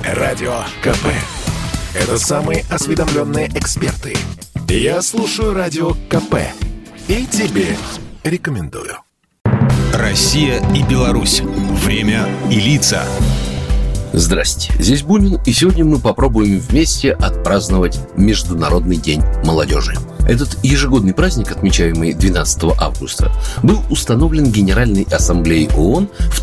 Радио КП. Это самые осведомленные эксперты. Я слушаю Радио КП и тебе рекомендую. Россия и Беларусь. Время и лица. Здрасте, здесь Бунин, и сегодня мы попробуем вместе отпраздновать Международный день молодежи. Этот ежегодный праздник, отмечаемый 12 августа, был установлен Генеральной Ассамблеей ООН в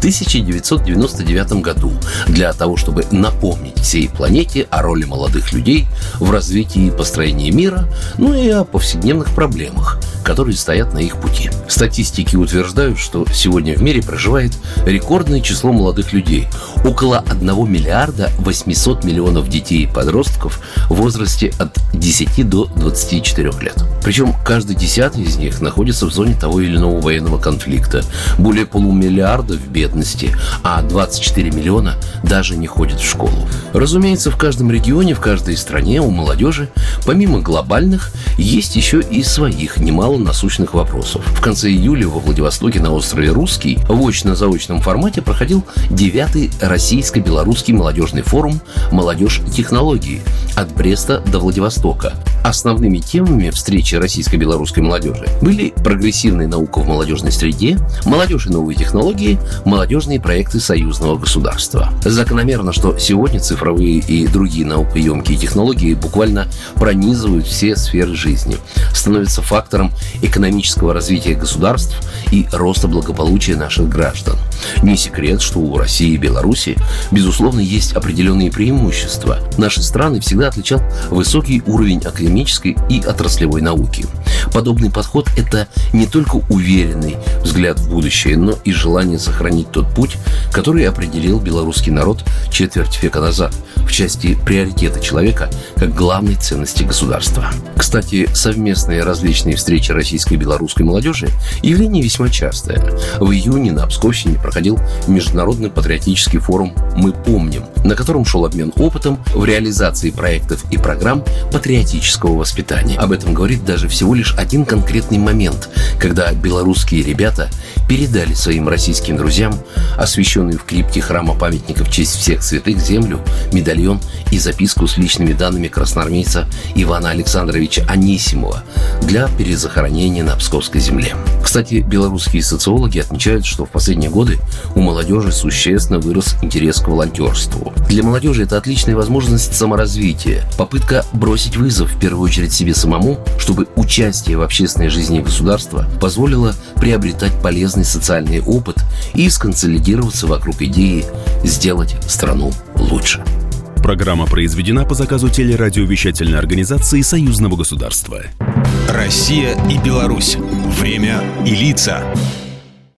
1999 году для того, чтобы напомнить всей планете о роли молодых людей в развитии и построении мира, ну и о повседневных проблемах, которые стоят на их пути. Статистики утверждают, что сегодня в мире проживает рекордное число молодых людей – около 1 миллиарда 800 миллионов детей и подростков в возрасте от 10 до 24 лет. Причем каждый 10-й из них находится в зоне того или иного военного конфликта. Более полумиллиарда в бедности, а 24 миллиона даже не ходят в школу. Разумеется, в каждом регионе, в каждой стране у молодежи, помимо глобальных, есть еще и своих немало насущных вопросов. В конце июля во Владивостоке на острове Русский в очно-заочном формате проходил 9-й российско-белорусский молодежный форум «Молодежь и технологии» от Бреста до Владивостока. Основными темами встречи российско-белорусской молодежи были прогрессивная наука в молодежной среде, молодежь и новые технологии, молодежные проекты союзного государства. Закономерно, что сегодня цифровые и другие наукоемкие технологии буквально пронизывают все сферы жизни, становятся фактором экономического развития государств и роста благополучия наших граждан. Не секрет, что у России и Беларуси, безусловно, есть определенные преимущества. Наши страны всегда отличал высокий уровень академической и отраслевой науки. Подобный подход – это не только уверенный взгляд в будущее, но и желание сохранить тот путь, который определил белорусский народ четверть века назад в части приоритета человека как главной ценности государства. Кстати, совместные различные встречи российской и белорусской молодежи – явление весьма частое. В июне на Псковщине проходил международный патриотический форум «Мы помним», на котором шел обмен опытом в реализации проектов и программ патриотического воспитания. Об этом говорит даже всего лишь один конкретный момент, когда белорусские ребята передали своим российским друзьям освященную в крипте храма памятника в честь всех святых землю, медальон и записку с личными данными красноармейца Ивана Александровича Анисимова для перезахоронения на Псковской земле. Кстати, белорусские социологи отмечают, что в последние годы у молодежи существенно вырос интерес к волонтерству. Для молодежи это отличная возможность саморазвития, попытка бросить вызов в первую очередь себе самому, чтобы участие в общественной жизни государства позволило приобретать полезный социальный опыт и сконсолидироваться вокруг идеи сделать страну лучше. Программа произведена по заказу телерадиовещательной организации Союзного государства. Россия и Беларусь. Время и лица.